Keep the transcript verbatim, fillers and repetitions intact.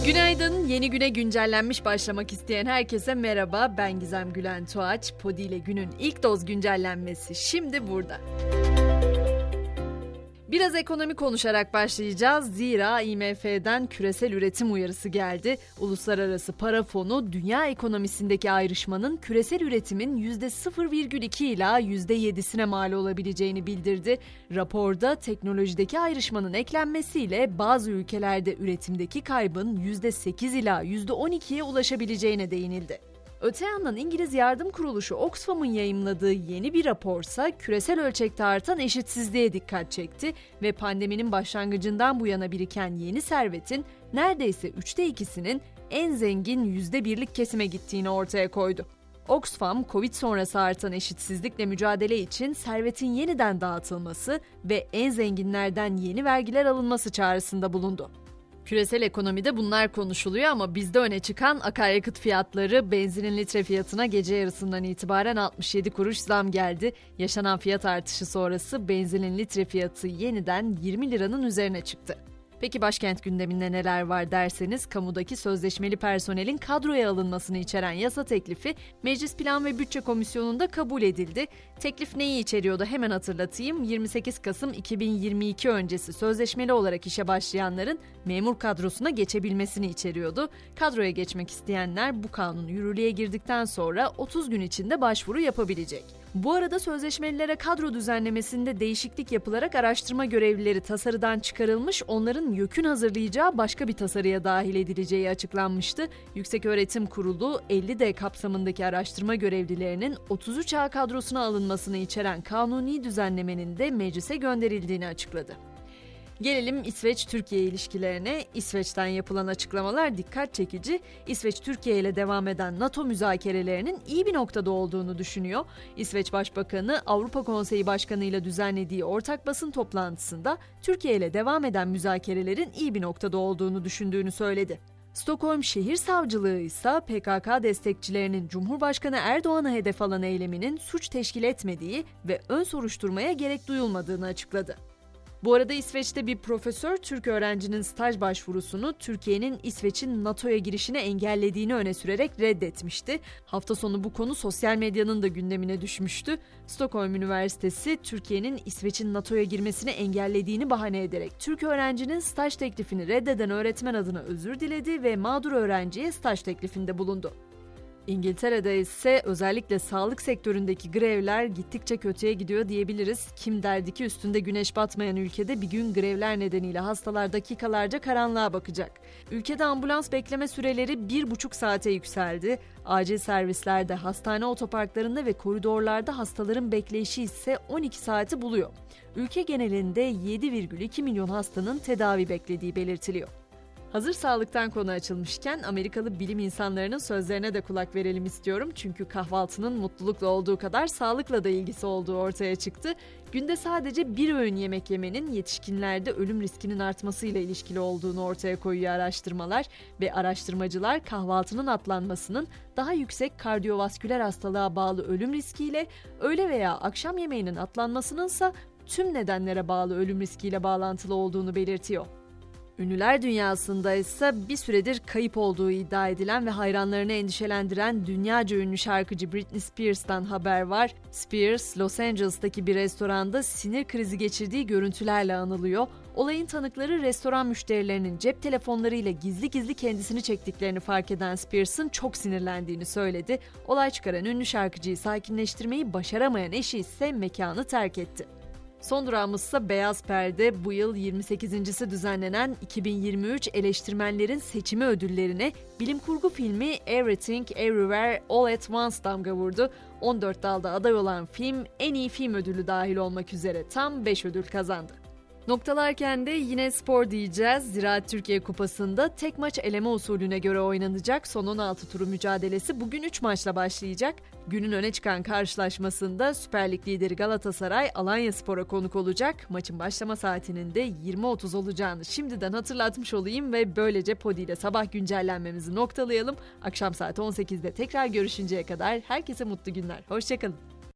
Günaydın, yeni güne güncellenmiş başlamak isteyen herkese merhaba. Ben Gizem Gülen Tuğaç. Podi ile günün ilk doz güncellenmesi şimdi burada. Biraz ekonomi konuşarak başlayacağız. Zira I M F'den küresel üretim uyarısı geldi. Uluslararası Para Fonu, dünya ekonomisindeki ayrışmanın küresel üretimin yüzde sıfır virgül iki ila yüzde yedisine mal olabileceğini bildirdi. Raporda teknolojideki ayrışmanın eklenmesiyle bazı ülkelerde üretimdeki kaybın yüzde sekiz ila yüzde on ikiye ulaşabileceğine değinildi. Öte yandan İngiliz yardım kuruluşu Oxfam'ın yayımladığı yeni bir raporsa küresel ölçekte artan eşitsizliğe dikkat çekti ve pandeminin başlangıcından bu yana biriken yeni servetin neredeyse üçte ikisinin en zengin yüzde birlik kesime gittiğini ortaya koydu. Oxfam, Covid sonrası artan eşitsizlikle mücadele için servetin yeniden dağıtılması ve en zenginlerden yeni vergiler alınması çağrısında bulundu. Küresel ekonomide bunlar konuşuluyor ama bizde öne çıkan akaryakıt fiyatları. Benzinin litre fiyatına gece yarısından itibaren altmış yedi kuruş zam geldi. Yaşanan fiyat artışı sonrası benzinin litre fiyatı yeniden yirmi liranın üzerine çıktı. Peki başkent gündeminde neler var derseniz, kamudaki sözleşmeli personelin kadroya alınmasını içeren yasa teklifi Meclis Plan ve Bütçe Komisyonu'nda kabul edildi. Teklif neyi içeriyordu hemen hatırlatayım. yirmi sekiz Kasım iki bin yirmi iki öncesi sözleşmeli olarak işe başlayanların memur kadrosuna geçebilmesini içeriyordu. Kadroya geçmek isteyenler bu kanun yürürlüğe girdikten sonra otuz gün içinde başvuru yapabilecek. Bu arada sözleşmelilere kadro düzenlemesinde değişiklik yapılarak araştırma görevlileri tasarıdan çıkarılmış, onların YÖK'ün hazırlayacağı başka bir tasarıya dahil edileceği açıklanmıştı. Yükseköğretim Kurulu elli D kapsamındaki araştırma görevlilerinin otuz üç A kadrosuna alınmasını içeren kanuni düzenlemenin de meclise gönderildiğini açıkladı. Gelelim İsveç-Türkiye ilişkilerine. İsveç'ten yapılan açıklamalar dikkat çekici. İsveç, Türkiye ile devam eden NATO müzakerelerinin iyi bir noktada olduğunu düşünüyor. İsveç Başbakanı, Avrupa Konseyi Başkanı ile düzenlediği ortak basın toplantısında Türkiye ile devam eden müzakerelerin iyi bir noktada olduğunu düşündüğünü söyledi. Stockholm Şehir Savcılığı ise P K K destekçilerinin Cumhurbaşkanı Erdoğan'a hedef alan eyleminin suç teşkil etmediği ve ön soruşturmaya gerek duyulmadığını açıkladı. Bu arada İsveç'te bir profesör Türk öğrencinin staj başvurusunu Türkiye'nin İsveç'in NATO'ya girişini engellediğini öne sürerek reddetmişti. Hafta sonu bu konu sosyal medyanın da gündemine düşmüştü. Stockholm Üniversitesi, Türkiye'nin İsveç'in NATO'ya girmesini engellediğini bahane ederek Türk öğrencinin staj teklifini reddeden öğretmen adına özür diledi ve mağdur öğrenciye staj teklifinde bulundu. İngiltere'de ise özellikle sağlık sektöründeki grevler gittikçe kötüye gidiyor diyebiliriz. Kim derdi ki üstünde güneş batmayan ülkede bir gün grevler nedeniyle hastalar dakikalarca karanlığa bakacak. Ülkede ambulans bekleme süreleri bir buçuk saate yükseldi. Acil servislerde, hastane otoparklarında ve koridorlarda hastaların bekleyişi ise on iki saati buluyor. Ülke genelinde yedi virgül iki milyon hastanın tedavi beklediği belirtiliyor. Hazır sağlıktan konu açılmışken Amerikalı bilim insanlarının sözlerine de kulak verelim istiyorum. Çünkü kahvaltının mutlulukla olduğu kadar sağlıkla da ilgisi olduğu ortaya çıktı. Günde sadece bir öğün yemek yemenin yetişkinlerde ölüm riskinin artmasıyla ilişkili olduğunu ortaya koyuyor araştırmalar. Ve araştırmacılar kahvaltının atlanmasının daha yüksek kardiyovasküler hastalığa bağlı ölüm riskiyle, öğle veya akşam yemeğinin atlanmasınınsa tüm nedenlere bağlı ölüm riskiyle bağlantılı olduğunu belirtiyor. Ünlüler dünyasında ise bir süredir kayıp olduğu iddia edilen ve hayranlarını endişelendiren dünyaca ünlü şarkıcı Britney Spears'tan haber var. Spears, Los Angeles'taki bir restoranda sinir krizi geçirdiği görüntülerle anılıyor. Olayın tanıkları restoran müşterilerinin cep telefonlarıyla gizli gizli kendisini çektiklerini fark eden Spears'ın çok sinirlendiğini söyledi. Olay çıkaran ünlü şarkıcıyı sakinleştirmeyi başaramayan eşi ise mekanı terk etti. Son durağımızsa Beyaz Perde. Bu yıl yirmi sekizincisi düzenlenen iki bin yirmi üç eleştirmenlerin seçimi ödüllerine bilim kurgu filmi Everything Everywhere All at Once damga vurdu. on dört dalda aday olan film en iyi film ödülü dahil olmak üzere tam beş ödül kazandı. Noktalarken de yine spor diyeceğiz. Ziraat Türkiye Kupası'nda tek maç eleme usulüne göre oynanacak son on altı turu mücadelesi bugün üç maçla başlayacak. Günün öne çıkan karşılaşmasında Süper Lig lideri Galatasaray Alanyaspor'a konuk olacak. Maçın başlama saatinin de yirmi otuz olacağını şimdiden hatırlatmış olayım ve böylece Podi ile sabah güncellenmemizi noktalayalım. Akşam saat on sekizde tekrar görüşünceye kadar herkese mutlu günler. Hoşçakalın.